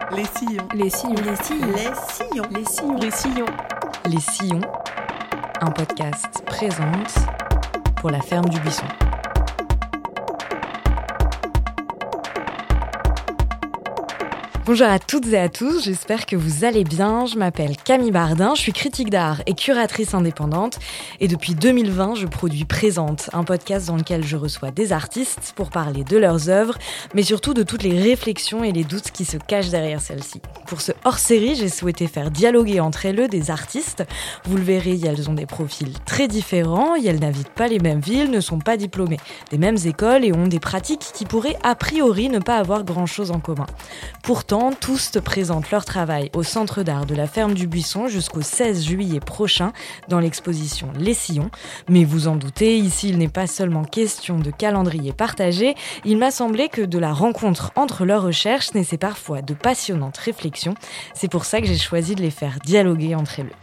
Les sillons. Les sillons. Les sillons. Les sillons. Les sillons. Les sillons. Les Sillons, un podcast présente pour la ferme du Buisson. Bonjour à toutes et à tous, j'espère que vous allez bien. Je m'appelle Camille Bardin, je suis critique d'art et curatrice indépendante. Et depuis 2020, je produis Présente, un podcast dans lequel je reçois des artistes pour parler de leurs œuvres, mais surtout de toutes les réflexions et les doutes qui se cachent derrière celles-ci. Pour ce hors-série, j'ai souhaité faire dialoguer entre elles des artistes. Vous le verrez, elles ont des profils très différents, elles n'habitent pas les mêmes villes, ne sont pas diplômées des mêmes écoles et ont des pratiques qui pourraient a priori ne pas avoir grand-chose en commun. Pourtant, tous présentent leur travail au Centre d'art de la Ferme du Buisson jusqu'au 16 juillet prochain dans l'exposition Les Sillons. Mais vous en doutez, ici il n'est pas seulement question de calendrier partagé, il m'a semblé que de la rencontre entre leurs recherches naissaient parfois de passionnantes réflexions. C'est pour ça que j'ai choisi de les faire dialoguer entre elles.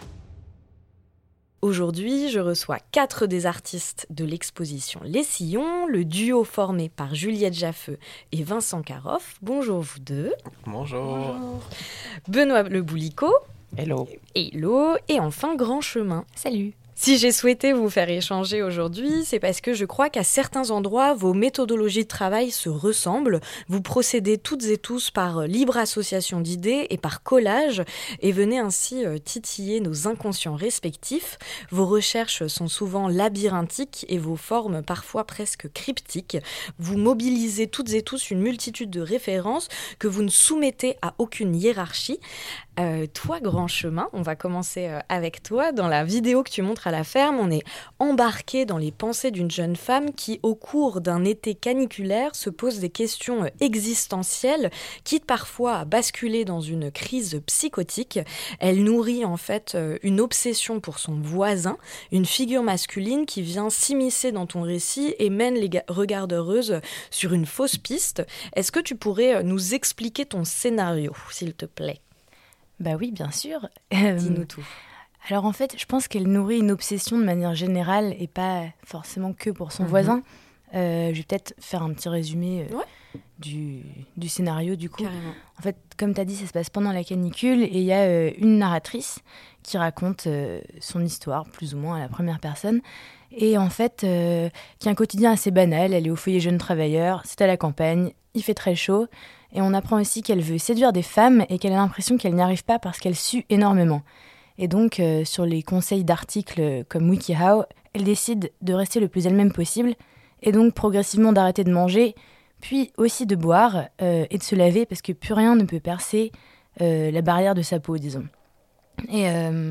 Aujourd'hui, je reçois 4 des artistes de l'exposition Les Sillons, le duo formé par Juliette Jaffeux et Vincent Caroff. Bonjour vous deux. Bonjour. Benoît Le Boulico. Hello. Hello. Et enfin Grand Chemin. Salut. Si j'ai souhaité vous faire échanger aujourd'hui, c'est parce que je crois qu'à certains endroits, vos méthodologies de travail se ressemblent. Vous procédez toutes et tous par libre association d'idées et par collage et venez ainsi titiller nos inconscients respectifs. Vos recherches sont souvent labyrinthiques et vos formes parfois presque cryptiques. Vous mobilisez toutes et tous une multitude de références que vous ne soumettez à aucune hiérarchie. Toi, Grand Chemin, on va commencer avec toi. Dans la vidéo que tu montres à la ferme, on est embarqué dans les pensées d'une jeune femme qui, au cours d'un été caniculaire, se pose des questions existentielles, quitte parfois à basculer dans une crise psychotique. Elle nourrit en fait une obsession pour son voisin, une figure masculine qui vient s'immiscer dans ton récit et mène les regardeuses sur une fausse piste. Est-ce que tu pourrais nous expliquer ton scénario, s'il te plaît ? Bah oui, bien sûr. Dis-nous tout. Alors en fait, je pense qu'elle nourrit une obsession de manière générale et pas forcément que pour son voisin. Je vais peut-être faire un petit résumé du scénario du coup. Carrément. En fait, comme tu as dit, ça se passe pendant la canicule et il y a une narratrice qui raconte son histoire, plus ou moins à la première personne. Et en fait, qui a un quotidien assez banal. Elle est au foyer jeune travailleur, c'est à la campagne, il fait très chaud. Et on apprend aussi qu'elle veut séduire des femmes et qu'elle a l'impression qu'elle n'y arrive pas parce qu'elle sue énormément. Et donc, sur les conseils d'articles comme WikiHow, elle décide de rester le plus elle-même possible et donc progressivement d'arrêter de manger, puis aussi de boire et de se laver parce que plus rien ne peut percer la barrière de sa peau, disons. Et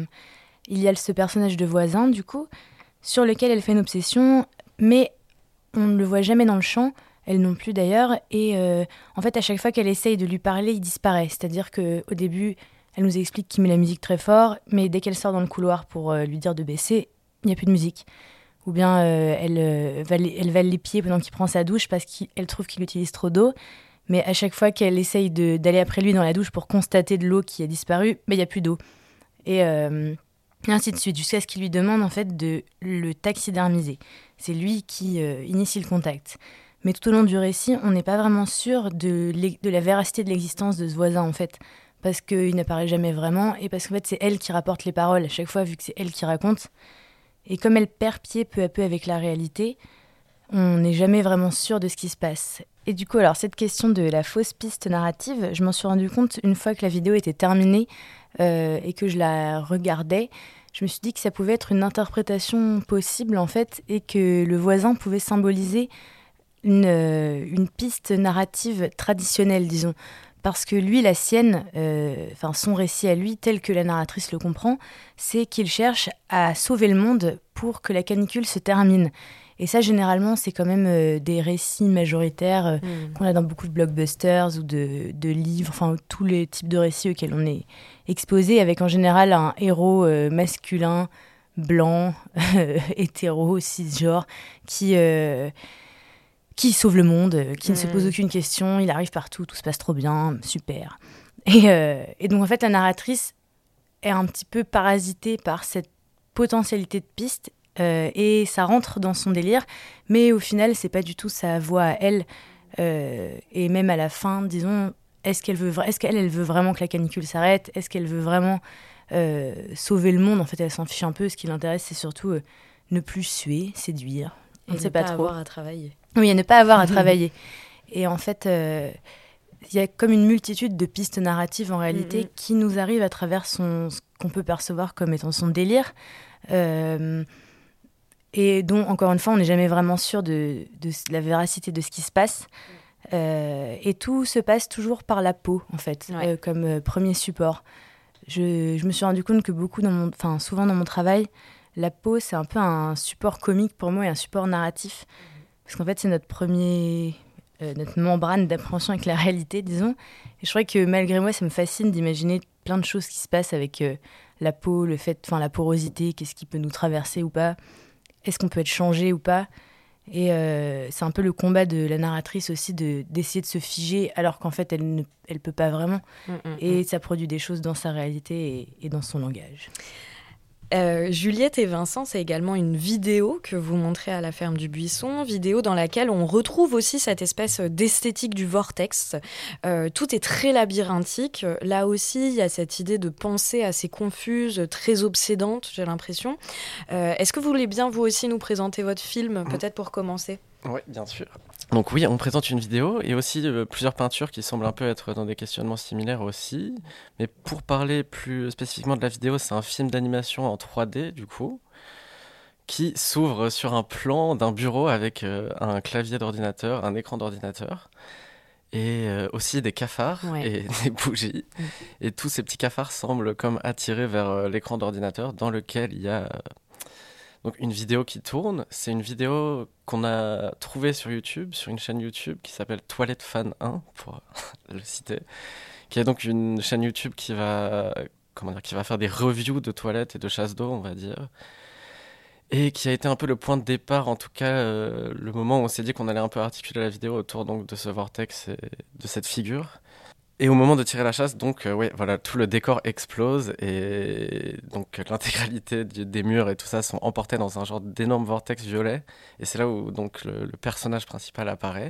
il y a ce personnage de voisin, du coup, sur lequel elle fait une obsession, mais on ne le voit jamais dans le champ, elle non plus d'ailleurs, et en fait à chaque fois qu'elle essaye de lui parler, il disparaît, c'est-à-dire qu'au début, elle nous explique qu'il met la musique très fort, mais dès qu'elle sort dans le couloir pour lui dire de baisser, il n'y a plus de musique. Ou bien elle vale les pieds pendant qu'il prend sa douche parce qu'elle trouve qu'il utilise trop d'eau, mais à chaque fois qu'elle essaye d'aller après lui dans la douche pour constater de l'eau qui a disparu, il n'y a plus d'eau. Et ainsi de suite, jusqu'à ce qu'il lui demande en fait de le taxidermiser. C'est lui qui initie le contact. Mais tout au long du récit, on n'est pas vraiment sûr de la véracité de l'existence de ce voisin, en fait. Parce qu'il n'apparaît jamais vraiment, et parce qu'en fait, c'est elle qui rapporte les paroles à chaque fois, vu que c'est elle qui raconte. Et comme elle perd pied peu à peu avec la réalité, on n'est jamais vraiment sûr de ce qui se passe. Et du coup, alors, cette question de la fausse piste narrative, je m'en suis rendu compte une fois que la vidéo était terminée et que je la regardais. Je me suis dit que ça pouvait être une interprétation possible, en fait, et que le voisin pouvait symboliser une piste narrative traditionnelle, disons. Parce que lui, la sienne, son récit à lui, tel que la narratrice le comprend, c'est qu'il cherche à sauver le monde pour que la canicule se termine. Et ça, généralement, c'est quand même des récits majoritaires qu'on a dans beaucoup de blockbusters ou de livres, enfin, tous les types de récits auxquels on est exposé, avec en général un héros masculin, blanc, hétéro, cisgenre, qui sauve le monde, qui ne se pose aucune question, il arrive partout, tout se passe trop bien, super. Et donc en fait la narratrice est un petit peu parasitée par cette potentialité de piste et ça rentre dans son délire, mais au final c'est pas du tout sa voix à elle et même à la fin, disons, est-ce qu'elle veut vraiment que la canicule s'arrête? Est-ce qu'elle veut vraiment sauver le monde? En fait, elle s'en fiche un peu. Ce qui l'intéresse, c'est surtout ne plus suer, séduire. On ne sait pas trop. Avoir à travailler. Oui, ne pas avoir à travailler. Et en fait, il y a comme une multitude de pistes narratives en réalité qui nous arrivent à travers ce qu'on peut percevoir comme étant son délire. Et dont, encore une fois, on n'est jamais vraiment sûr de la véracité de ce qui se passe. Et tout se passe toujours par la peau, en fait, comme premier support. Je me suis rendu compte que souvent dans mon travail, la peau, c'est un peu un support comique pour moi et un support narratif. Parce qu'en fait, c'est notre membrane d'appréhension avec la réalité, disons. Et je crois que malgré moi, ça me fascine d'imaginer plein de choses qui se passent avec la peau, la porosité, qu'est-ce qui peut nous traverser ou pas, est-ce qu'on peut être changé ou pas. Et c'est un peu le combat de la narratrice aussi d'essayer de se figer alors qu'en fait elle peut pas vraiment. Et ça produit des choses dans sa réalité et dans son langage. Juliette et Vincent, c'est également une vidéo que vous montrez à la ferme du Buisson, vidéo dans laquelle on retrouve aussi cette espèce d'esthétique du vortex. Tout est très labyrinthique. Là aussi, il y a cette idée de pensée assez confuse, très obsédante, j'ai l'impression. Est-ce que vous voulez bien, vous aussi, nous présenter votre film, peut-être pour commencer ? Oui, bien sûr. Donc oui, on présente une vidéo et aussi plusieurs peintures qui semblent un peu être dans des questionnements similaires aussi. Mais pour parler plus spécifiquement de la vidéo, c'est un film d'animation en 3D du coup, qui s'ouvre sur un plan d'un bureau avec un clavier d'ordinateur, un écran d'ordinateur et aussi des cafards et des bougies. Et tous ces petits cafards semblent comme attirés vers l'écran d'ordinateur dans lequel il y a... Donc une vidéo qui tourne, c'est une vidéo qu'on a trouvée sur YouTube, sur une chaîne YouTube qui s'appelle Toilette Fan 1, pour le citer, qui est donc une chaîne YouTube qui va faire des reviews de toilettes et de chasse d'eau, on va dire, et qui a été un peu le point de départ, en tout cas le moment où on s'est dit qu'on allait un peu articuler la vidéo autour donc de ce vortex et de cette figure. Et au moment de tirer la chasse, donc, tout le décor explose et donc l'intégralité des murs et tout ça sont emportés dans un genre d'énorme vortex violet. Et c'est là où donc le personnage principal apparaît,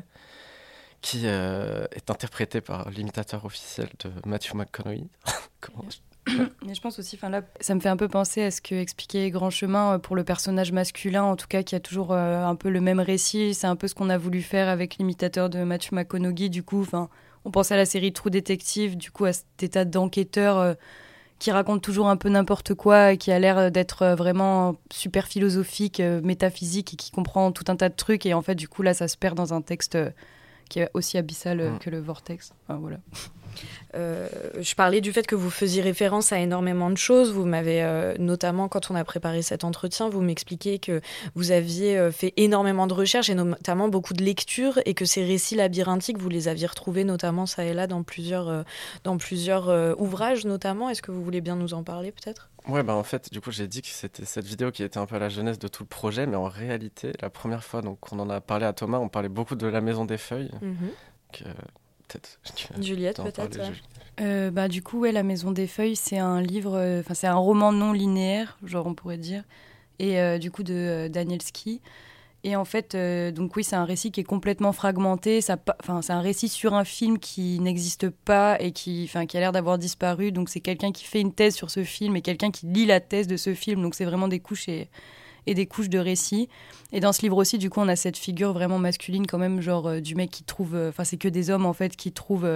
qui est interprété par l'imitateur officiel de Matthew McConaughey. Mais je pense aussi, là, ça me fait un peu penser à ce que expliquait Grand Chemin pour le personnage masculin, en tout cas, qui a toujours un peu le même récit. C'est un peu ce qu'on a voulu faire avec l'imitateur de Matthew McConaughey, du coup, on pense à la série True Detective, du coup, à cet état d'enquêteur qui raconte toujours un peu n'importe quoi et qui a l'air d'être vraiment super philosophique, métaphysique et qui comprend tout un tas de trucs. Et en fait, du coup, là, ça se perd dans un texte qui est aussi abyssal que le vortex. Enfin, voilà. Je parlais du fait que vous faisiez référence à énormément de choses. Vous m'avez, notamment quand on a préparé cet entretien, vous m'expliquiez que vous aviez fait énormément de recherches et notamment beaucoup de lectures et que ces récits labyrinthiques, vous les aviez retrouvés notamment ça et là dans plusieurs ouvrages notamment. Est-ce que vous voulez bien nous en parler peut-être ? Ouais, en fait, du coup, j'ai dit que c'était cette vidéo qui était un peu à la genèse de tout le projet, mais en réalité, la première fois qu'on en a parlé à Thomas, on parlait beaucoup de La Maison des Feuilles. Peut-être. Juliette, peut-être. Du coup, La Maison des Feuilles, c'est un livre, c'est un roman non linéaire, genre on pourrait dire, et du coup de Danielski. Et en fait, donc oui, c'est un récit qui est complètement fragmenté. C'est un récit sur un film qui n'existe pas et qui a l'air d'avoir disparu. Donc c'est quelqu'un qui fait une thèse sur ce film et quelqu'un qui lit la thèse de ce film. Donc c'est vraiment des couches et des couches de récits. Et dans ce livre aussi, du coup, on a cette figure vraiment masculine quand même, genre du mec qui trouve... c'est que des hommes, en fait, qui trouvent...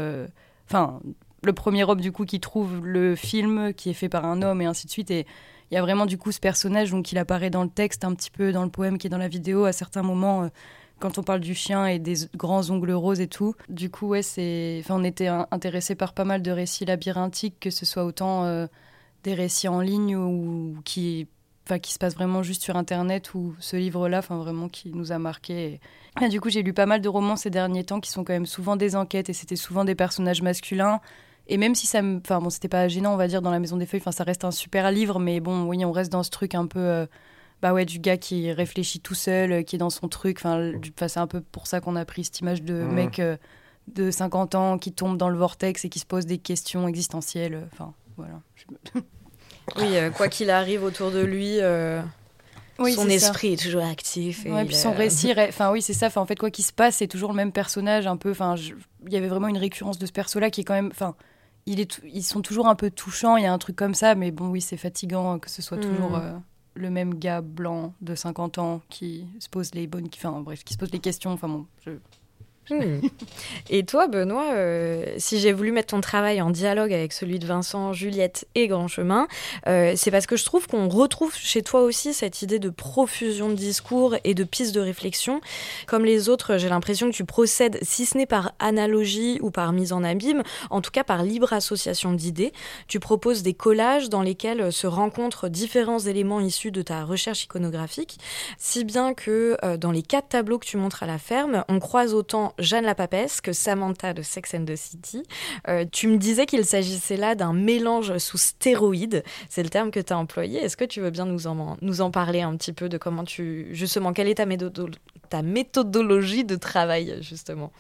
le premier homme, du coup, qui trouve le film qui est fait par un homme et ainsi de suite. Et il y a vraiment, du coup, ce personnage, donc, il apparaît dans le texte, un petit peu dans le poème qui est dans la vidéo, à certains moments, quand on parle du chien et des grands ongles roses et tout. Du coup, on était intéressés par pas mal de récits labyrinthiques, que ce soit autant des récits en ligne ou qui se passe vraiment juste sur Internet, ou ce livre-là, vraiment qui nous a marqué. Et du coup, j'ai lu pas mal de romans ces derniers temps qui sont quand même souvent des enquêtes et c'était souvent des personnages masculins. Et même si c'était pas gênant, on va dire, dans La Maison des Feuilles, ça reste un super livre, mais bon, oui, on reste dans ce truc un peu, du gars qui réfléchit tout seul, qui est dans son truc. C'est un peu pour ça qu'on a pris cette image de mec de 50 ans qui tombe dans le vortex et qui se pose des questions existentielles. Voilà. Oui, quoi qu'il arrive autour de lui, son esprit est toujours actif. Et puis son récit, oui, c'est ça. En fait, quoi qu'il se passe, c'est toujours le même personnage, un peu. Il y avait vraiment une récurrence de ce perso-là qui est quand même. Ils sont toujours un peu touchants. Il y a un truc comme ça, mais bon, oui, c'est fatigant que ce soit toujours le même gars blanc de 50 ans qui se pose les bonnes, qui se pose les questions. Et toi, Benoît, si j'ai voulu mettre ton travail en dialogue avec celui de Vincent, Juliette et Grand Chemin, c'est parce que je trouve qu'on retrouve chez toi aussi cette idée de profusion de discours et de pistes de réflexion. Comme les autres, j'ai l'impression que tu procèdes, si ce n'est par analogie ou par mise en abîme, en tout cas par libre association d'idées. Tu proposes des collages dans lesquels se rencontrent différents éléments issus de ta recherche iconographique, si bien que dans les 4 tableaux que tu montres à la ferme, on croise autant Jeanne la Papesse que Samantha de Sex and the City. Tu me disais qu'il s'agissait là d'un mélange sous stéroïdes. C'est le terme que tu as employé. Est-ce que tu veux bien nous en parler un petit peu de comment justement, quelle est ta méthodologie de travail, justement?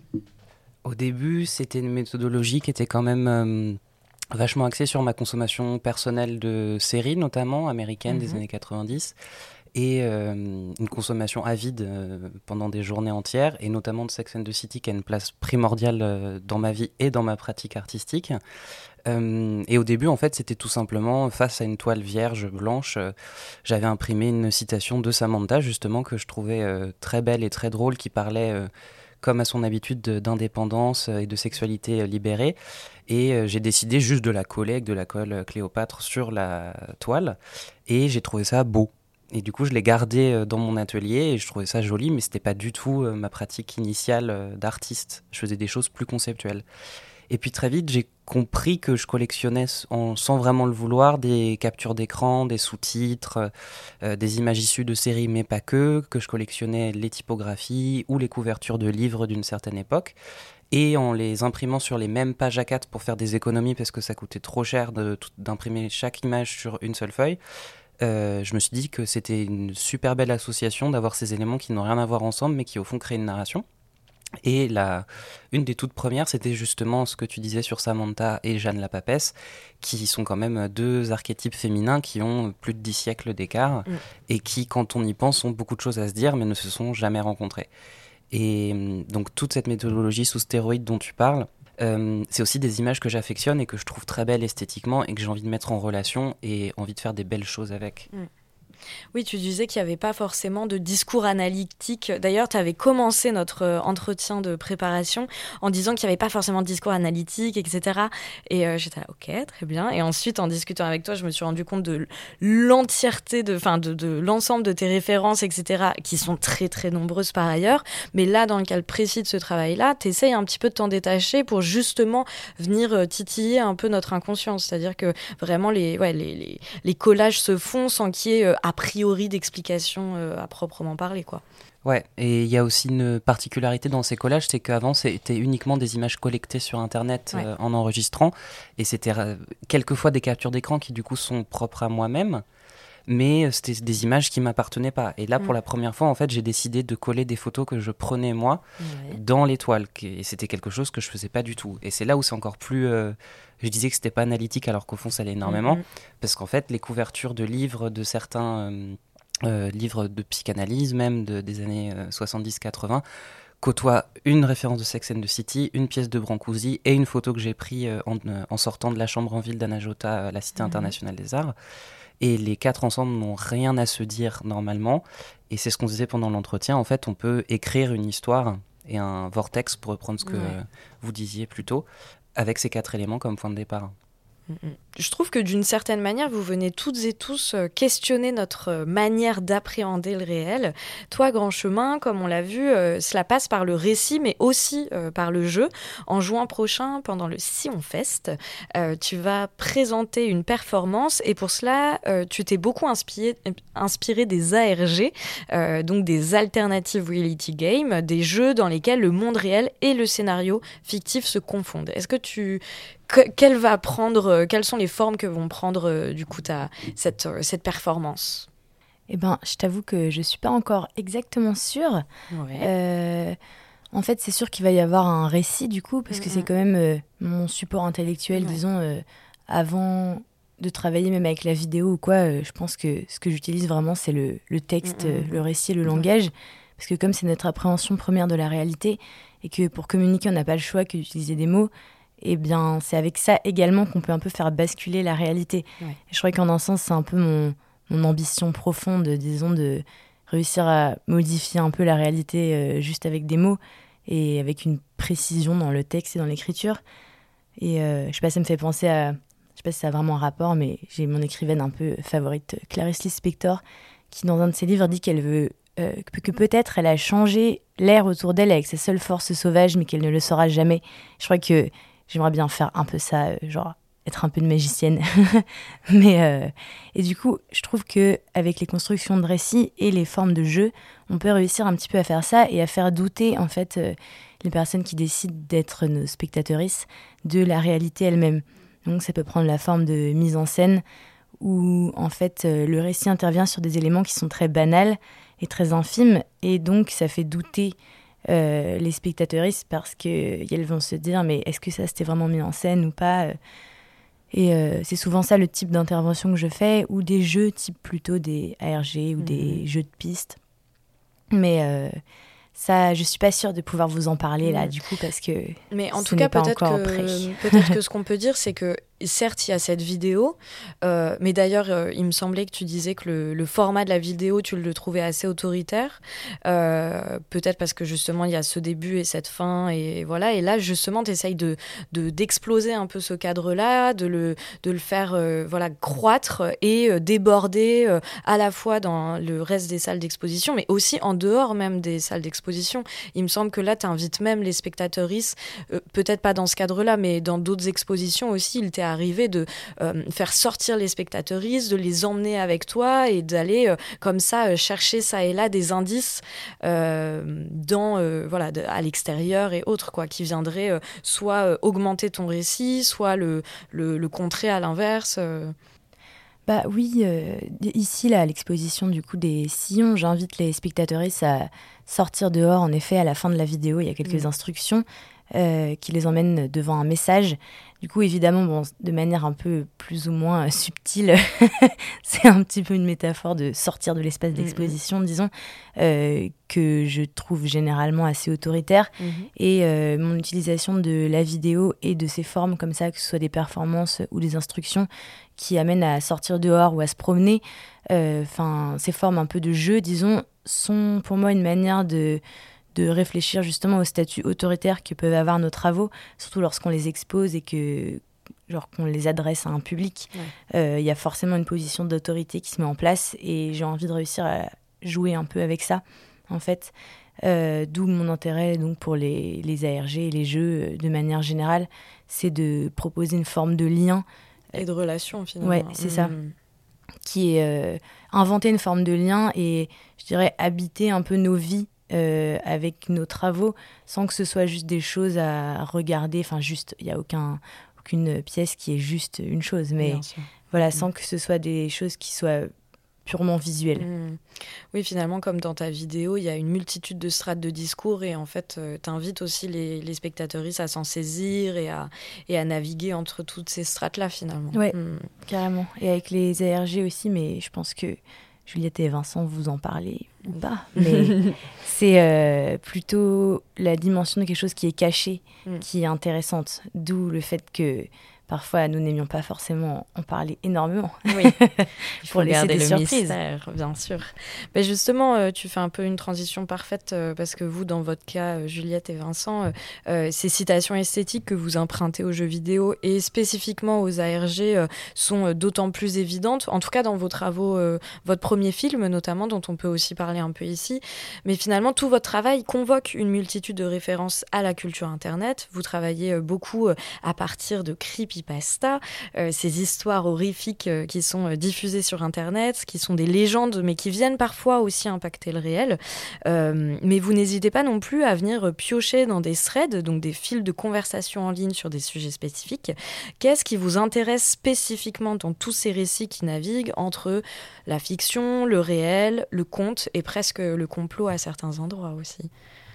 Au début, c'était une méthodologie qui était quand même vachement axée sur ma consommation personnelle de séries, notamment américaines des années 90. Et une consommation avide pendant des journées entières, et notamment de Sex and the City, qui a une place primordiale dans ma vie et dans ma pratique artistique. Et au début, en fait, c'était tout simplement, face à une toile vierge, blanche, j'avais imprimé une citation de Samantha, justement, que je trouvais très belle et très drôle, qui parlait, comme à son habitude, d'indépendance et de sexualité libérée. Et j'ai décidé juste de la coller avec de la colle Cléopâtre sur la toile, et j'ai trouvé ça beau. Et du coup, je l'ai gardé dans mon atelier et je trouvais ça joli, mais c'était pas du tout ma pratique initiale d'artiste. Je faisais des choses plus conceptuelles. Et puis très vite, j'ai compris que je collectionnais, sans vraiment le vouloir, des captures d'écran, des sous-titres, des images issues de séries, mais pas que je collectionnais les typographies ou les couvertures de livres d'une certaine époque. Et en les imprimant sur les mêmes pages A4 pour faire des économies, parce que ça coûtait trop cher d'imprimer chaque image sur une seule feuille, je me suis dit que c'était une super belle association d'avoir ces éléments qui n'ont rien à voir ensemble mais qui au fond créent une narration. Et une des toutes premières, c'était justement ce que tu disais sur Samantha et Jeanne la Papesse, qui sont quand même 2 archétypes féminins qui ont plus de 10 siècles d'écart et qui, quand on y pense, ont beaucoup de choses à se dire mais ne se sont jamais rencontrés. Et donc toute cette méthodologie sous stéroïdes dont tu parles, c'est aussi des images que j'affectionne et que je trouve très belles esthétiquement et que j'ai envie de mettre en relation et envie de faire des belles choses avec. Oui, tu disais qu'il n'y avait pas forcément de discours analytique. D'ailleurs, tu avais commencé notre entretien de préparation en disant qu'il n'y avait pas forcément de discours analytique, etc. Et j'étais là, ok, très bien. Et ensuite, en discutant avec toi, je me suis rendu compte de l'entièreté, de l'ensemble de tes références, etc., qui sont très, très nombreuses par ailleurs. Mais là, dans le cas précis de ce travail-là, tu essayes un petit peu de t'en détacher pour justement venir titiller un peu notre inconscient. C'est-à-dire que vraiment, les collages se font sans qu'il y ait a priori d'explication à proprement parler, quoi. Ouais, et il y a aussi une particularité dans ces collages, c'est qu'avant c'était uniquement des images collectées sur internet en enregistrant, et c'était quelquefois des captures d'écran qui du coup sont propres à moi-même, mais c'était des images qui m'appartenaient pas. Et là, pour la première fois, en fait, j'ai décidé de coller des photos que je prenais moi dans les toiles, et c'était quelque chose que je faisais pas du tout. Et c'est là où c'est encore plus... je disais que c'était pas analytique, alors qu'au fond, ça l'est énormément, parce qu'en fait, les couvertures de livres de certains... livres de psychanalyse même des années 70-80 côtoient une référence de Sex and the City, une pièce de Brancusi et une photo que j'ai prise en sortant de la chambre en ville d'Anna Jota à la Cité internationale des arts. Et les 4 ensemble n'ont rien à se dire normalement. Et c'est ce qu'on disait pendant l'entretien. En fait, on peut écrire une histoire et un vortex, pour reprendre ce que vous disiez plus tôt, avec ces 4 éléments comme point de départ. Je trouve que d'une certaine manière, vous venez toutes et tous questionner notre manière d'appréhender le réel. Toi, Grand Chemin, comme on l'a vu, cela passe par le récit, mais aussi par le jeu. En juin prochain, pendant le Sion Fest, tu vas présenter une performance et pour cela, tu t'es beaucoup inspiré des ARG, donc des Alternative Reality Games, des jeux dans lesquels le monde réel et le scénario fictif se confondent. Est-ce que quelles sont les formes que vont prendre du coup cette performance? Eh ben, je t'avoue que je suis pas encore exactement sûre. En fait, c'est sûr qu'il va y avoir un récit du coup, parce que c'est quand même mon support intellectuel, disons, avant de travailler même avec la vidéo ou quoi, je pense que ce que j'utilise vraiment, c'est le texte, le récit et le langage. Parce que comme c'est notre appréhension première de la réalité, et que pour communiquer, on n'a pas le choix que d'utiliser des mots, et bien c'est avec ça également qu'on peut un peu faire basculer la réalité. Ouais. Et je crois qu'en un sens, c'est un peu mon ambition profonde, disons, de réussir à modifier un peu la réalité juste avec des mots, et avec une précision dans le texte et dans l'écriture. Et je sais pas, ça me fait penser à... Je sais pas si ça a vraiment un rapport, mais j'ai mon écrivaine un peu favorite, Clarice Lispector, qui dans un de ses livres dit qu'elle veut... que peut-être elle a changé l'air autour d'elle avec sa seule force sauvage, mais qu'elle ne le saura jamais. Je crois que j'aimerais bien faire un peu ça, genre être un peu une magicienne. Et du coup, je trouve qu'avec les constructions de récits et les formes de jeu, on peut réussir un petit peu à faire ça et à faire douter en fait les personnes qui décident d'être nos spectatrices de la réalité elle-même. Donc ça peut prendre la forme de mise en scène où en fait le récit intervient sur des éléments qui sont très banals et très infimes, et donc ça fait douter les spectatrices parce qu'elles vont se dire mais est-ce que ça c'était vraiment mis en scène ou pas. Et c'est souvent ça le type d'intervention que je fais, ou des jeux type plutôt des ARG ou des jeux de pistes. Mais ça, je suis pas sûre de pouvoir vous en parler là, du coup, parce que mais en tout cas, peut-être que ce qu'on peut dire, c'est que certes, il y a cette vidéo, mais d'ailleurs, il me semblait que tu disais que le format de la vidéo, tu le trouvais assez autoritaire, peut-être parce que justement, il y a ce début et cette fin, et voilà. Et là, justement, tu essayes d'exploser un peu ce cadre-là, de le faire voilà, croître et déborder à la fois dans le reste des salles d'exposition, mais aussi en dehors même des salles d'exposition. Il me semble que là, tu invites même les spectatrices, peut-être pas dans ce cadre-là, mais dans d'autres expositions aussi, il t'est arrivé de faire sortir les spectatrices, de les emmener avec toi et d'aller comme ça chercher ça et là des indices voilà, à l'extérieur et autres, quoi, qui viendraient soit augmenter ton récit, soit le contrer à l'inverse. Bah oui, ici là, à l'exposition du coup des sillons, j'invite les spectatrices à sortir dehors. En effet, à la fin de la vidéo, il y a quelques instructions qui les emmènent devant un message. Du coup, évidemment, bon, de manière un peu plus ou moins subtile, c'est un petit peu une métaphore de sortir de l'espace d'exposition, disons, que je trouve généralement assez autoritaire. Et mon utilisation de la vidéo et de ces formes comme ça, que ce soit des performances ou des instructions qui amènent à sortir dehors ou à se promener, ces formes un peu de jeu, disons, sont pour moi une manière de réfléchir justement au statut autoritaire que peuvent avoir nos travaux, surtout lorsqu'on les expose et qu'on les adresse à un public. Il y a forcément une position d'autorité qui se met en place, et j'ai envie de réussir à jouer un peu avec ça, en fait. D'où mon intérêt donc, pour les ARG et les jeux de manière générale, c'est de proposer une forme de lien. Et de relation, finalement. Ouais, c'est ça. Qui est inventer une forme de lien et, je dirais, habiter un peu nos vies avec nos travaux, sans que ce soit juste des choses à regarder. Enfin, juste, il n'y a aucune pièce qui est juste une chose, mais voilà, sans que ce soit des choses qui soient purement visuelles. Oui, finalement, comme dans ta vidéo, il y a une multitude de strates de discours, et en fait, t'invites aussi les spectatrices à s'en saisir et à naviguer entre toutes ces strates-là, finalement. Ouais, carrément. Et avec les ARG aussi, mais je pense que Juliette et Vincent vous en parlez ou pas, mais c'est plutôt la dimension de quelque chose qui est caché, qui est intéressante, d'où le fait que parfois nous n'aimions pas forcément en parler énormément. Oui, il faut garder le mystère, bien sûr. Mais justement, tu fais un peu une transition parfaite parce que vous, dans votre cas, Juliette et Vincent, ces citations esthétiques que vous empruntez aux jeux vidéo et spécifiquement aux ARG sont d'autant plus évidentes, en tout cas dans vos travaux, votre premier film notamment, dont on peut aussi parler un peu ici. Mais finalement, tout votre travail convoque une multitude de références à la culture Internet. Vous travaillez beaucoup à partir de creepypasta, ces histoires horrifiques qui sont diffusées sur Internet, qui sont des légendes, mais qui viennent parfois aussi impacter le réel. Mais vous n'hésitez pas non plus à venir piocher dans des threads, donc des fils de conversation en ligne sur des sujets spécifiques. Qu'est-ce qui vous intéresse spécifiquement dans tous ces récits qui naviguent entre la fiction, le réel, le conte et presque le complot à certains endroits aussi?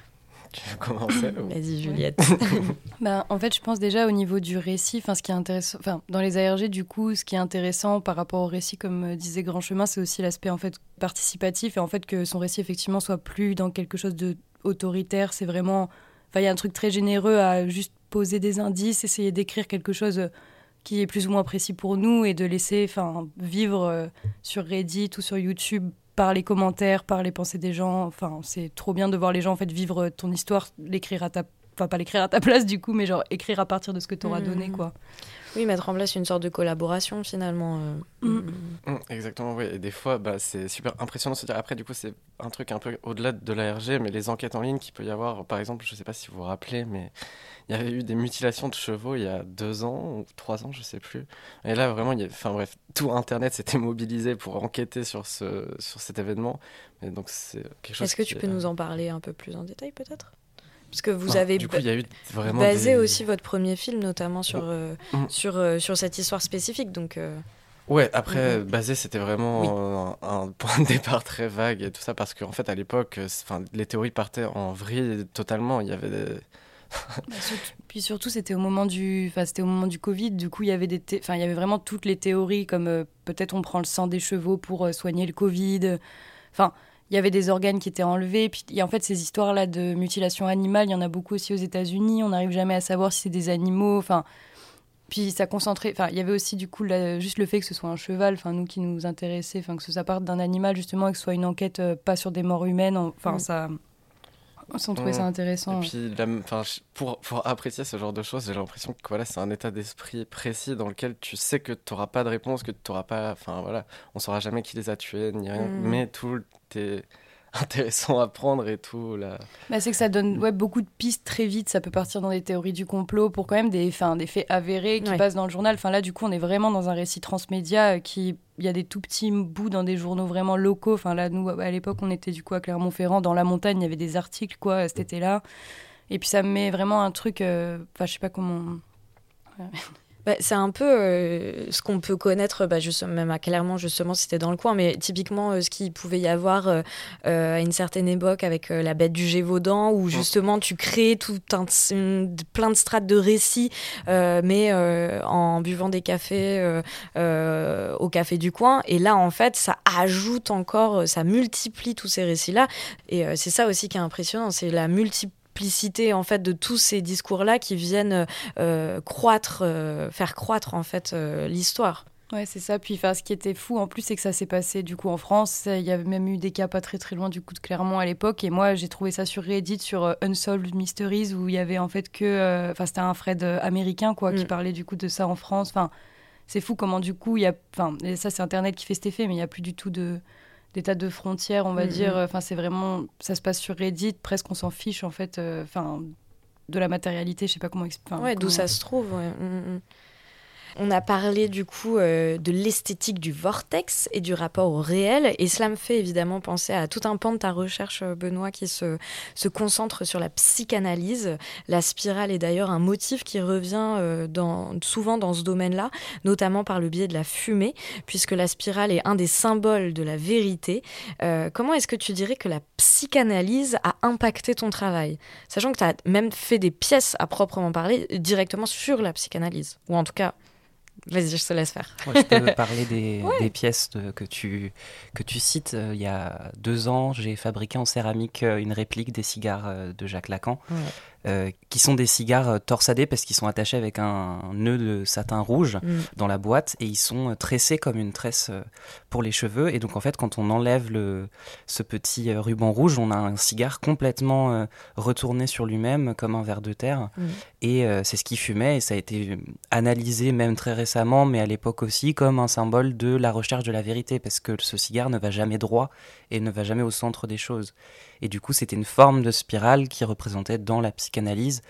Tu veux commencer Vas-y, Juliette. En fait, je pense déjà au niveau du récit, ce qui est intéressant, dans les ARG, du coup, ce qui est intéressant par rapport au récit, comme disait Grand Chemin, c'est aussi l'aspect en fait participatif et en fait que son récit effectivement soit plus dans quelque chose de autoritaire. C'est vraiment, il y a un truc très généreux à juste poser des indices, essayer d'écrire quelque chose qui est plus ou moins précis pour nous et de laisser, vivre sur Reddit ou sur YouTube par les commentaires, par les pensées des gens. Enfin, c'est trop bien de voir les gens en fait vivre ton histoire, l'écrire à ta, pas l'écrire à ta place du coup, mais genre écrire à partir de ce que t'auras donné, quoi. Oui, mettre en place une sorte de collaboration finalement. Exactement, oui. Et des fois, c'est super impressionnant de se dire. Après, du coup, c'est un truc un peu au-delà de l'ARG, mais les enquêtes en ligne qu'il peut y avoir. Par exemple, je ne sais pas si vous vous rappelez, mais il y avait eu des mutilations de chevaux il y a 2 ans ou 3 ans, je ne sais plus. Et là, vraiment, tout Internet s'était mobilisé pour enquêter sur cet événement. Et donc, c'est quelque chose. Est-ce que tu peux nous en parler un peu plus en détail, peut-être ? Parce que vous avez du coup, il y a eu vraiment basé aussi votre premier film, notamment sur cette histoire spécifique. Donc, Ouais, après, basé, c'était vraiment un point de départ très vague et tout ça, parce qu'en fait, à l'époque, les théories partaient en vrille totalement. Il y avait des... Puis surtout, c'était au moment du Covid. Du coup, il y avait il y avait vraiment toutes les théories, comme peut-être on prend le sang des chevaux pour soigner le Covid. Enfin... Il y avait des organes qui étaient enlevés. Puis, en fait, ces histoires-là de mutilation animale, il y en a beaucoup aussi aux États-Unis. On n'arrive jamais à savoir si c'est des animaux. Puis ça concentrait. Il y avait aussi, du coup, juste le fait que ce soit un cheval, nous qui nous intéressait, que ça parte d'un animal, justement, et que ce soit une enquête pas sur des morts humaines. On trouvait ça intéressant. Et puis, pour apprécier ce genre de choses, j'ai l'impression que c'est un état d'esprit précis dans lequel tu sais que tu n'auras pas de réponse, que tu n'auras pas... on ne saura jamais qui les a tués, ni rien. Mais tout est intéressant à prendre et tout. C'est que ça donne beaucoup de pistes très vite. Ça peut partir dans des théories du complot pour quand même des faits avérés qui passent dans le journal. Là, du coup, on est vraiment dans un récit transmédia il y a des tout petits bouts dans des journaux vraiment locaux. Là, nous, à l'époque, on était du coup à Clermont-Ferrand. Dans la montagne, il y avait des articles, cet été-là. Et puis, ça met vraiment un truc... je sais pas comment... c'est un peu ce qu'on peut connaître, même à Clermont, justement, c'était dans le coin, mais typiquement ce qu'il pouvait y avoir à une certaine époque avec la bête du Gévaudan, où justement tu crées plein de strates de récits, mais en buvant des cafés au café du coin. Et là, en fait, ça ajoute encore, ça multiplie tous ces récits-là. Et c'est ça aussi qui est impressionnant, c'est la multiplicité en fait de tous ces discours-là qui viennent faire croître en fait l'histoire. Ouais, c'est ça. Puis ce qui était fou en plus, c'est que ça s'est passé du coup en France. Il y avait même eu des cas pas très très loin du coup de Clermont à l'époque. Et moi, j'ai trouvé ça sur Reddit, sur Unsolved Mysteries, où il y avait en fait que, c'était un Fred américain qui parlait du coup de ça en France. C'est fou comment du coup il y a, et ça c'est Internet qui fait cet effet, mais il y a plus du tout d'état de frontières, on va dire. C'est vraiment, ça se passe sur Reddit, presque on s'en fiche en fait, de la matérialité, je sais pas comment expliquer. D'où ça se trouve. On a parlé du coup de l'esthétique du vortex et du rapport au réel, et cela me fait évidemment penser à tout un pan de ta recherche, Benoît, qui se concentre sur la psychanalyse. La spirale est d'ailleurs un motif qui revient souvent dans ce domaine-là, notamment par le biais de la fumée, puisque la spirale est un des symboles de la vérité. Comment est-ce que tu dirais que la psychanalyse a impacté ton travail, sachant que tu as même fait des pièces à proprement parler directement sur la psychanalyse, ou en tout cas... Vas-y, je te laisse faire. Je peux parler des pièces que tu cites. Il y a 2 ans, j'ai fabriqué en céramique une réplique des cigares de Jacques Lacan, qui sont des cigares torsadés parce qu'ils sont attachés avec un nœud de satin rouge dans la boîte, et ils sont tressés comme une tresse pour les cheveux. Et donc en fait, quand on enlève ce petit ruban rouge, on a un cigare complètement retourné sur lui-même comme un ver de terre. Et c'est ce qui fumait, et ça a été analysé même très récemment, mais à l'époque aussi, comme un symbole de la recherche de la vérité, parce que ce cigare ne va jamais droit et ne va jamais au centre des choses. Et du coup, c'était une forme de spirale qui représentait dans la psychanalyse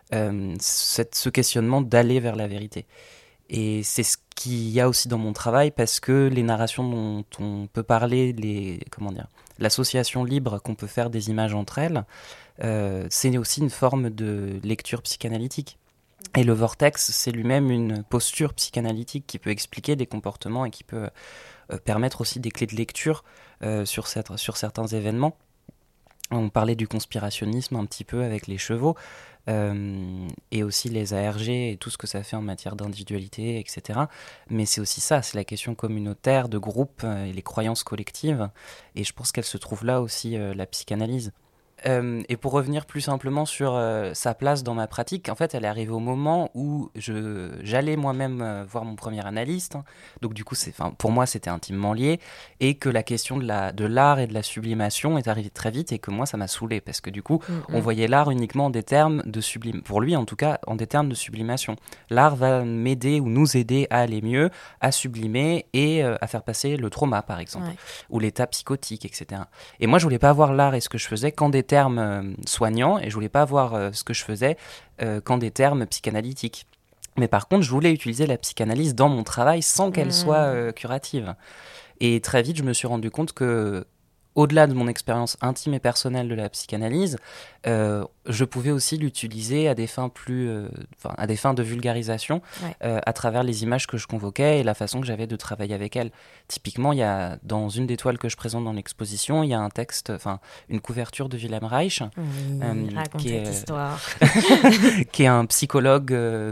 ce questionnement d'aller vers la vérité. Et c'est ce qu'il y a aussi dans mon travail, parce que les narrations dont on peut parler, l'association libre qu'on peut faire des images entre elles, c'est aussi une forme de lecture psychanalytique. Et le vortex, c'est lui-même une posture psychanalytique qui peut expliquer des comportements et qui peut permettre aussi des clés de lecture sur certains événements. On parlait du conspirationnisme un petit peu avec les chevaux, et aussi les ARG et tout ce que ça fait en matière d'individualité, etc. Mais c'est aussi ça, c'est la question communautaire, de groupe, et les croyances collectives. Et je pense qu'elle se trouve là aussi, la psychanalyse. Et pour revenir plus simplement sur sa place dans ma pratique, en fait, elle est arrivée au moment où j'allais moi-même voir mon premier analyste. Donc du coup, pour moi, c'était intimement lié. Et que la question de l'art et de la sublimation est arrivée très vite et que moi, ça m'a saoulé. Parce que du coup, on voyait l'art uniquement en des termes de sublimation. Pour lui, en tout cas, en des termes de sublimation. L'art va m'aider ou nous aider à aller mieux, à sublimer et à faire passer le trauma, par exemple. Ouais. Ou l'état psychotique, etc. Et moi, je voulais pas voir l'art et ce que je faisais qu'en des termes soignants, et je voulais pas voir ce que je faisais qu'en des termes psychanalytiques. Mais par contre, je voulais utiliser la psychanalyse dans mon travail sans qu'elle soit curative. Et très vite, je me suis rendu compte que, au-delà de mon expérience intime et personnelle de la psychanalyse, je pouvais aussi l'utiliser à des fins à des fins de vulgarisation, à travers les images que je convoquais et la façon que j'avais de travailler avec elles. Typiquement, il y a, dans une des toiles que je présente dans l'exposition, il y a un texte, une couverture de Wilhelm Reich, qui est un psychologue.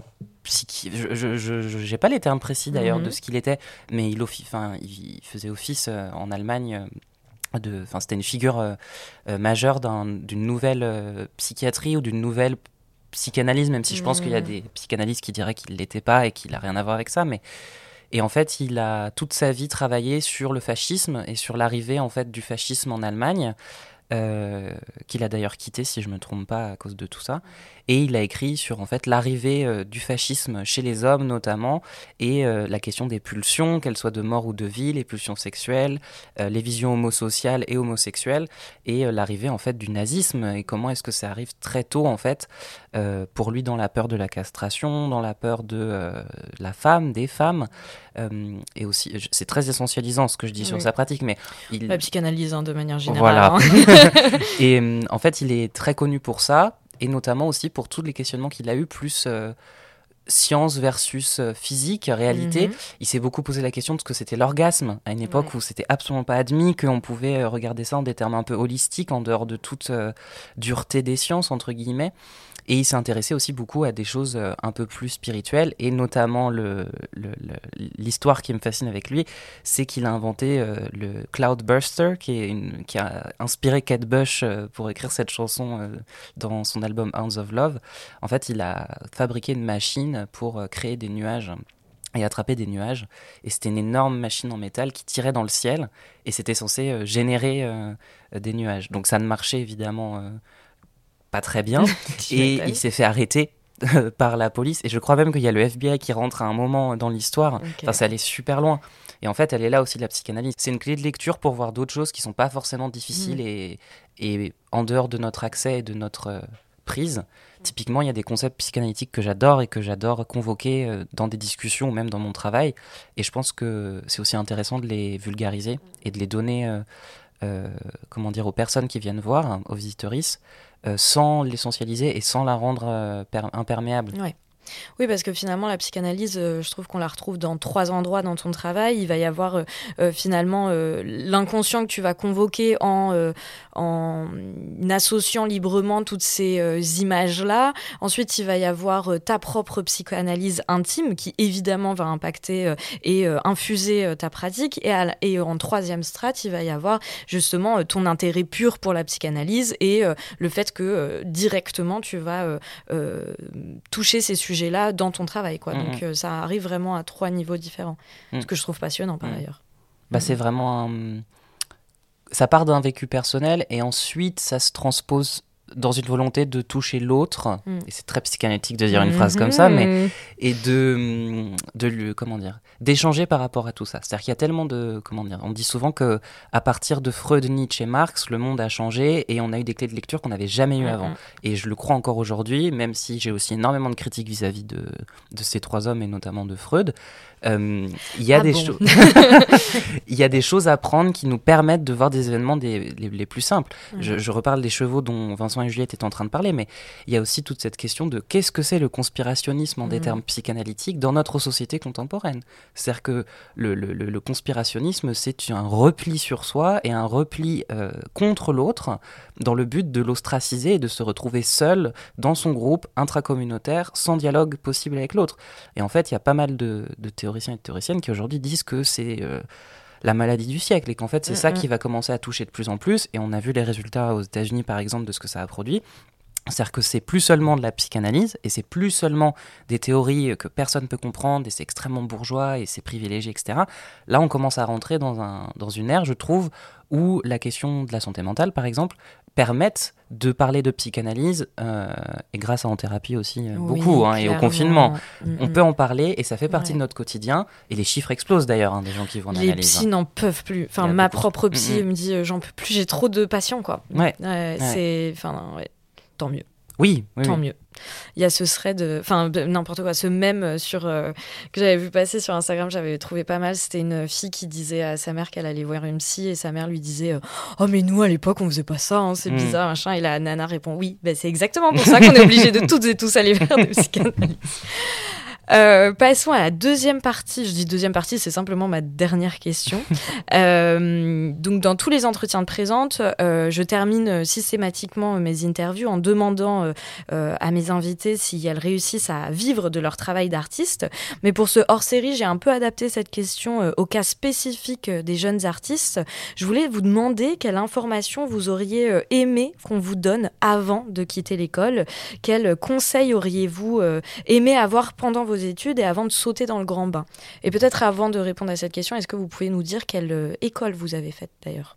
Je n'ai pas les termes précis d'ailleurs de ce qu'il était, mais il faisait office en Allemagne. C'était une figure majeure d'une nouvelle psychiatrie ou d'une nouvelle psychanalyse, même si je pense qu'il y a des psychanalystes qui diraient qu'il ne l'était pas et qu'il n'a rien à voir avec ça. Et en fait, il a toute sa vie travaillé sur le fascisme et sur l'arrivée en fait, du fascisme en Allemagne, qu'il a d'ailleurs quitté, si je ne me trompe pas, à cause de tout ça. Et il a écrit sur en fait, l'arrivée du fascisme chez les hommes notamment, et la question des pulsions, qu'elles soient de mort ou de vie, les pulsions sexuelles, les visions homosociales et homosexuelles, et l'arrivée en fait, du nazisme, et comment est-ce que ça arrive très tôt en fait, pour lui dans la peur de la castration, dans la peur de la femme, des femmes, et aussi, c'est très essentialisant ce que je dis sur sa pratique, mais... La psychanalyse de manière générale. Voilà. Et en fait, il est très connu pour ça, et notamment aussi pour tous les questionnements qu'il a eu, plus science versus physique, réalité. Il s'est beaucoup posé la question de ce que c'était l'orgasme, à une époque où c'était absolument pas admis, qu'on pouvait regarder ça en des termes un peu holistiques, en dehors de toute dureté des sciences, entre guillemets. Et il s'est intéressé aussi beaucoup à des choses un peu plus spirituelles, et notamment l'histoire qui me fascine avec lui, c'est qu'il a inventé le Cloudburster, qui a inspiré Kate Bush pour écrire cette chanson dans son album Hounds of Love. En fait, il a fabriqué une machine pour créer des nuages et attraper des nuages, et c'était une énorme machine en métal qui tirait dans le ciel, et c'était censé générer des nuages. Donc ça ne marchait évidemment pas très bien, et il s'est fait arrêter par la police, et je crois même qu'il y a le FBI qui rentre à un moment dans l'histoire. Ça allait super loin, et en fait elle est là aussi, la psychanalyse. C'est une clé de lecture pour voir d'autres choses qui sont pas forcément difficiles et en dehors de notre accès et de notre prise. Typiquement, il y a des concepts psychanalytiques que j'adore et que j'adore convoquer dans des discussions ou même dans mon travail, et je pense que c'est aussi intéressant de les vulgariser et de les donner aux personnes qui viennent voir, aux visiteuristes, sans l'essentialiser et sans la rendre imperméable. Oui, parce que finalement, la psychanalyse, je trouve qu'on la retrouve dans 3 endroits dans ton travail. Il va y avoir finalement l'inconscient que tu vas convoquer en associant librement toutes ces images-là. Ensuite, il va y avoir ta propre psychanalyse intime qui, évidemment, va impacter et infuser ta pratique. Et en 3e strate, il va y avoir justement ton intérêt pur pour la psychanalyse et le fait que directement, tu vas toucher ces sujets là dans ton travail, quoi. Donc ça arrive vraiment à 3 niveaux différents, ce que je trouve passionnant par ailleurs. C'est vraiment ça part d'un vécu personnel et ensuite ça se transpose dans une volonté de toucher l'autre, et c'est très psychanalytique de dire une phrase comme ça, mais et d'échanger par rapport à tout ça. C'est-à-dire qu'il y a tellement on dit souvent que à partir de Freud, Nietzsche et Marx, le monde a changé et on a eu des clés de lecture qu'on n'avait jamais eu avant. Et je le crois encore aujourd'hui, même si j'ai aussi énormément de critiques vis-à-vis de ces 3 hommes et notamment de Freud. Il y a des choses à prendre qui nous permettent de voir des événements les plus simples. Je reparle des chevaux dont Vincent et Juliette étaient en train de parler, mais il y a aussi toute cette question de qu'est-ce que c'est le conspirationnisme en des termes psychanalytiques dans notre société contemporaine. C'est-à-dire que le conspirationnisme, c'est un repli sur soi et un repli contre l'autre dans le but de l'ostraciser et de se retrouver seul dans son groupe intracommunautaire sans dialogue possible avec l'autre. Et en fait, il y a pas mal de théoriciens et de théoriciennes qui aujourd'hui disent que c'est la maladie du siècle et qu'en fait c'est ça qui va commencer à toucher de plus en plus, et on a vu les résultats aux États-Unis par exemple de ce que ça a produit. C'est-à-dire que c'est plus seulement de la psychanalyse et c'est plus seulement des théories que personne ne peut comprendre et c'est extrêmement bourgeois et c'est privilégié, etc. Là, on commence à rentrer dans une ère, je trouve, où la question de la santé mentale, par exemple, permettent de parler de psychanalyse et grâce à En Thérapie aussi beaucoup et au confinement. On peut en parler et ça fait partie de notre quotidien et les chiffres explosent d'ailleurs des gens qui vont en analyse. Les psys n'en peuvent plus. Enfin, ma propre psy me dit j'en peux plus, j'ai trop de patients quoi. C'est tant mieux. Oui, tant mieux. Il y a ce thread, n'importe quoi, ce mème que j'avais vu passer sur Instagram, j'avais trouvé pas mal. C'était une fille qui disait à sa mère qu'elle allait voir une psy et sa mère lui disait oh mais nous à l'époque on faisait pas ça, hein, c'est bizarre machin. Et la nana répond oui, c'est exactement pour ça qu'on est obligé de toutes et tous aller vers des psychanalystes. Passons à la deuxième partie. Je dis deuxième partie, c'est simplement ma dernière question. Donc, dans tous les entretiens de présente, je termine systématiquement mes interviews en demandant à mes invités si elles réussissent à vivre de leur travail d'artiste. Mais pour ce hors-série, j'ai un peu adapté cette question au cas spécifique des jeunes artistes. Je voulais vous demander quelle information vous auriez aimé qu'on vous donne avant de quitter l'école. Quels conseils auriez-vous aimé avoir pendant vos études et avant de sauter dans le grand bain? Et peut-être avant de répondre à cette question, est-ce que vous pouvez nous dire quelle école vous avez faite d'ailleurs?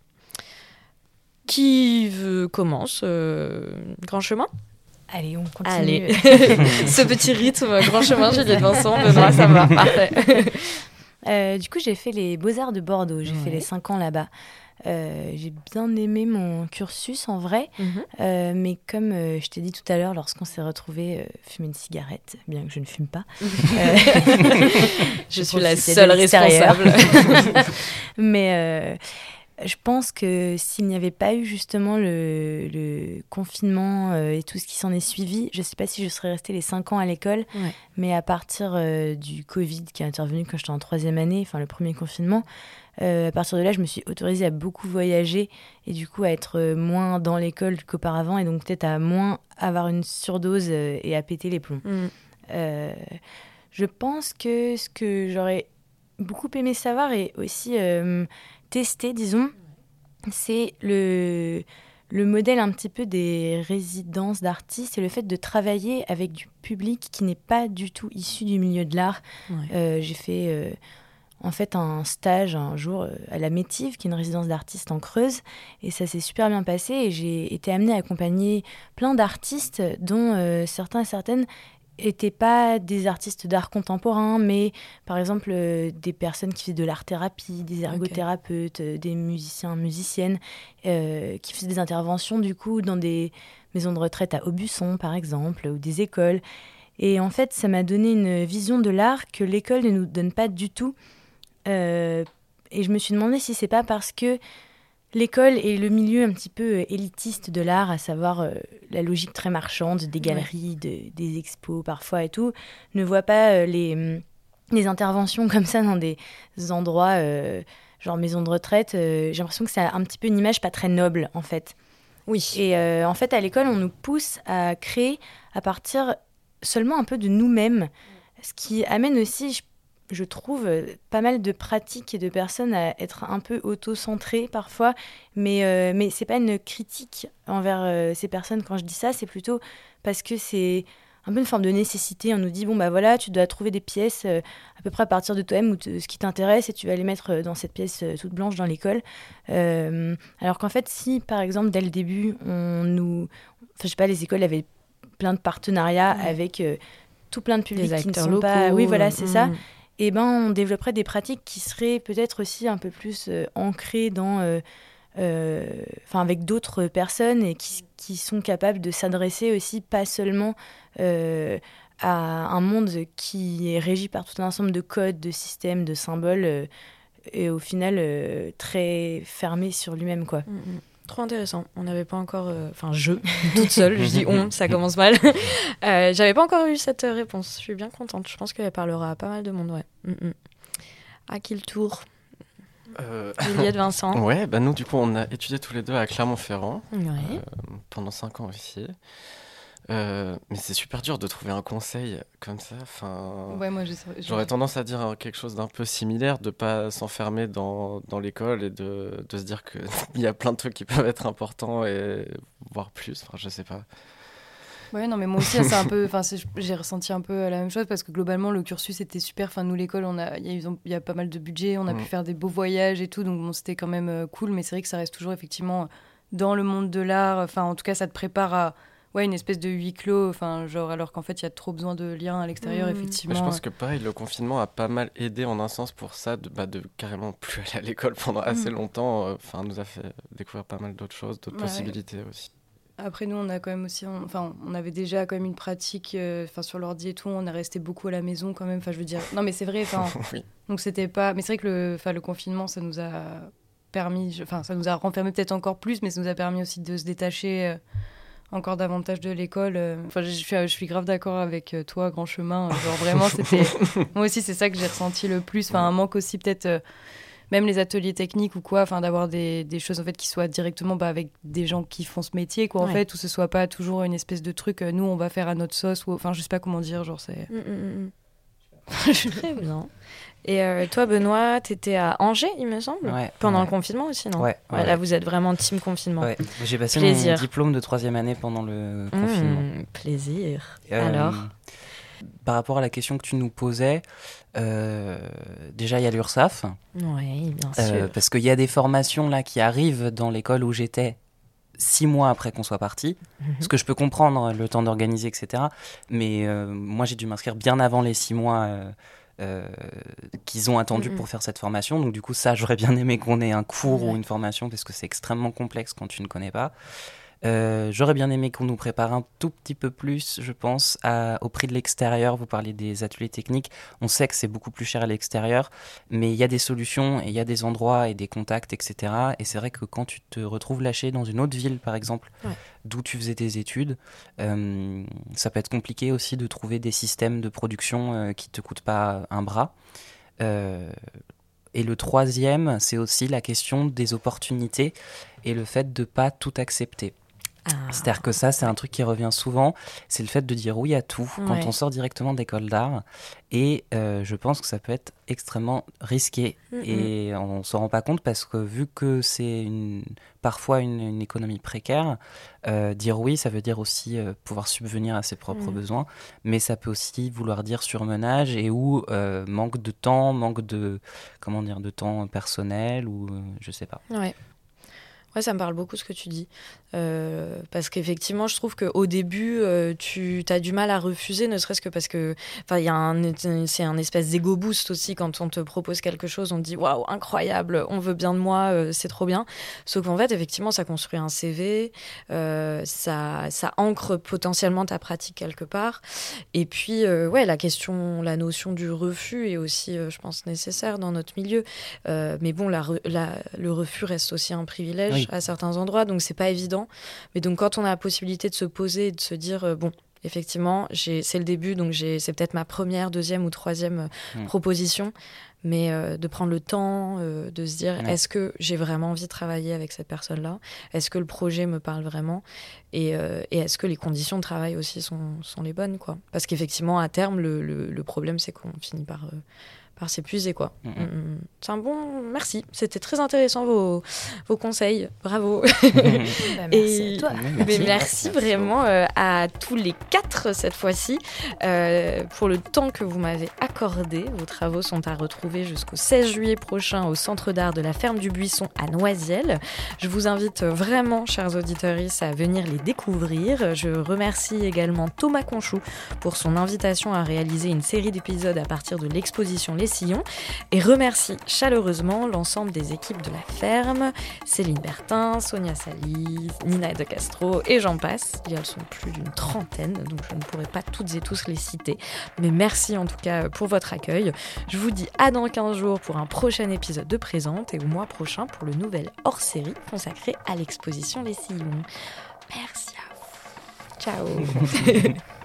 Qui commence Grand chemin? Allez, on continue. Allez. Ce petit rythme, Grand chemin, Juliette Vincent, Benoît, ça va, parfait. Du coup, j'ai fait les Beaux-Arts de Bordeaux, j'ai fait les 5 ans là-bas. J'ai bien aimé mon cursus en vrai, mais comme je t'ai dit tout à l'heure, lorsqu'on s'est retrouvés fumer une cigarette, bien que je ne fume pas, je suis la seule responsable. Mais je pense que s'il n'y avait pas eu justement le confinement et tout ce qui s'en est suivi, je ne sais pas si je serais restée les 5 ans à l'école, mais à partir du Covid qui est intervenu quand j'étais en 3e année, enfin le premier confinement, à partir de là, je me suis autorisée à beaucoup voyager et du coup à être moins dans l'école qu'auparavant et donc peut-être à moins avoir une surdose et à péter les plombs. Je pense que ce que j'aurais beaucoup aimé savoir et aussi tester, disons, c'est le modèle un petit peu des résidences d'artistes et le fait de travailler avec du public qui n'est pas du tout issu du milieu de l'art. J'ai fait... en fait un stage un jour à la Métive, qui est une résidence d'artistes en Creuse, et ça s'est super bien passé et j'ai été amenée à accompagner plein d'artistes dont certains et certaines n'étaient pas des artistes d'art contemporain, mais par exemple des personnes qui faisaient de l'art-thérapie, des ergothérapeutes, des musiciens, musiciennes, qui faisaient des interventions du coup dans des maisons de retraite à Aubusson par exemple, ou des écoles. Et en fait, ça m'a donné une vision de l'art que l'école ne nous donne pas du tout. Et je me suis demandé si c'est pas parce que l'école est le milieu un petit peu élitiste de l'art, à savoir la logique très marchande des galeries, des expos parfois et tout, ne voit pas les interventions comme ça dans des endroits genre maison de retraite. J'ai l'impression que c'est un petit peu une image pas très noble en fait. Oui. Et en fait, à l'école, on nous pousse à créer à partir seulement un peu de nous-mêmes, ce qui amène aussi, je trouve, pas mal de pratiques et de personnes à être un peu auto-centrées parfois, mais c'est pas une critique envers ces personnes quand je dis ça, c'est plutôt parce que c'est un peu une forme de nécessité. On nous dit, bon bah voilà, tu dois trouver des pièces à peu près à partir de toi-même ou de ce qui t'intéresse et tu vas les mettre dans cette pièce toute blanche dans l'école. Alors qu'en fait, si par exemple dès le début, je sais pas, les écoles avaient plein de partenariats avec tout plein de publics qui ne sont locaux, pas... Oui, voilà, c'est ça. Et on développerait des pratiques qui seraient peut-être aussi un peu plus ancrées dans... avec d'autres personnes et qui sont capables de s'adresser aussi pas seulement à un monde qui est régi par tout un ensemble de codes, de systèmes, de symboles et au final très fermé sur lui-même, quoi. Trop intéressant. On n'avait pas encore... Enfin, toute seule, je dis on, ça commence mal. J'avais pas encore eu cette réponse. Je suis bien contente. Je pense qu'elle parlera à pas mal de monde, ouais. À qui le tour Juliette, Vincent. Ouais, nous, du coup, on a étudié tous les deux à Clermont-Ferrand pendant 5 ans aussi. Mais c'est super dur de trouver un conseil comme ça. Ouais, moi, j'aurais tendance à dire quelque chose d'un peu similaire, de pas s'enfermer dans l'école et de se dire qu'il y a plein de trucs qui peuvent être importants et voire plus. Enfin, je sais pas. Ouais, non, mais moi aussi, c'est un peu. Enfin, j'ai ressenti un peu la même chose parce que globalement, le cursus était super. Enfin, nous, l'école, il y a pas mal de budget, on a pu faire des beaux voyages et tout, donc bon, c'était quand même cool. Mais c'est vrai que ça reste toujours effectivement dans le monde de l'art. Enfin, en tout cas, ça te prépare à une espèce de huis clos. Enfin, genre, alors qu'en fait, il y a trop besoin de liens à l'extérieur, effectivement. Mais je pense que pareil, le confinement a pas mal aidé en un sens pour ça, de carrément plus aller à l'école pendant assez longtemps. Enfin, nous a fait découvrir pas mal d'autres choses, d'autres possibilités aussi. Après, nous, on a quand même aussi... on avait déjà quand même une pratique sur l'ordi et tout. On est resté beaucoup à la maison quand même. Enfin, je veux dire... Non, mais c'est vrai. Oui. Donc, c'était pas... Mais c'est vrai que le confinement, ça nous a permis... Enfin, ça nous a renfermé peut-être encore plus, mais ça nous a permis aussi de se détacher encore davantage de l'école. Enfin, je suis grave d'accord avec toi, Grand Chemin. Genre, vraiment, c'était... Moi aussi, c'est ça que j'ai ressenti le plus. Enfin, un manque aussi peut-être... Même les ateliers techniques ou quoi, enfin d'avoir des choses en fait qui soient directement avec des gens qui font ce métier quoi en fait, où ce soit pas toujours une espèce de truc nous on va faire à notre sauce ou enfin je sais pas comment dire, genre c'est Très bien. Et toi Benoît, t'étais à Angers il me semble, pendant le confinement aussi, non? Ouais. Là vous êtes vraiment team confinement. Ouais. J'ai passé mon diplôme de 3e année pendant le confinement. Plaisir. Alors par rapport à la question que tu nous posais, déjà il y a l'URSSAF. Oui, bien sûr. Parce qu'il y a des formations là qui arrivent dans l'école où j'étais 6 mois après qu'on soit parti. Ce que je peux comprendre, le temps d'organiser, etc. Mais moi j'ai dû m'inscrire bien avant les 6 mois qu'ils ont attendu pour faire cette formation. Donc du coup ça, j'aurais bien aimé qu'on ait un cours ou une formation parce que c'est extrêmement complexe quand tu ne connais pas. J'aurais bien aimé qu'on nous prépare un tout petit peu plus, je pense, au prix de l'extérieur. Vous parlez des ateliers techniques. On sait que c'est beaucoup plus cher à l'extérieur, mais il y a des solutions et il y a des endroits et des contacts, etc. Et c'est vrai que quand tu te retrouves lâché dans une autre ville, par exemple, d'où tu faisais tes études, ça peut être compliqué aussi de trouver des systèmes de production qui te coûtent pas un bras. Et le troisième, c'est aussi la question des opportunités et le fait de pas tout accepter. C'est-à-dire que ça, c'est un truc qui revient souvent, c'est le fait de dire oui à tout quand on sort directement d'école d'art. Et je pense que ça peut être extrêmement risqué. Et on ne s'en rend pas compte parce que vu que c'est parfois une économie précaire, dire oui, ça veut dire aussi pouvoir subvenir à ses propres besoins. Mais ça peut aussi vouloir dire surmenage et ou manque de temps, de temps personnel ou je sais pas. Ouais, ça me parle beaucoup ce que tu dis. Parce qu'effectivement, je trouve qu'au début, tu as du mal à refuser, ne serait-ce que parce que c'est un espèce d'ego boost aussi quand on te propose quelque chose, on te dit waouh, incroyable, on veut bien de moi, c'est trop bien. Sauf qu'en fait, effectivement, ça construit un CV, ça ancre potentiellement ta pratique quelque part. Et puis, la notion du refus est aussi, je pense, nécessaire dans notre milieu. Mais bon, le refus reste aussi un privilège à certains endroits, donc c'est pas évident. Mais donc quand on a la possibilité de se poser et de se dire bon, effectivement c'est le début, donc c'est peut-être ma première, deuxième ou troisième proposition, mais de prendre le temps de se dire est-ce que j'ai vraiment envie de travailler avec cette personne-là, est-ce que le projet me parle vraiment et est-ce que les conditions de travail aussi sont les bonnes quoi. Parce qu'effectivement à terme le problème c'est qu'on finit par s'épuiser quoi. C'est un bon merci, c'était très intéressant vos conseils, bravo. Merci à toi. Merci vraiment à tous les 4 cette fois-ci pour le temps que vous m'avez accordé. Vos travaux sont à retrouver jusqu'au 16 juillet prochain au Centre d'art de la Ferme du Buisson à Noisiel. Je vous invite vraiment, chers auditeurs, à venir les découvrir. Je remercie également Thomas Conchou pour son invitation à réaliser une série d'épisodes à partir de l'exposition Les Les Sillons et remercie chaleureusement l'ensemble des équipes de la ferme, Céline Bertin, Sonia Salis, Nina de Castro et j'en passe. Elles sont plus d'une trentaine, donc je ne pourrai pas toutes et tous les citer. Mais merci en tout cas pour votre accueil. Je vous dis à dans 15 jours pour un prochain épisode de Présente et au mois prochain pour le nouvel hors-série consacré à l'exposition Les Sillons. Merci à vous. Ciao.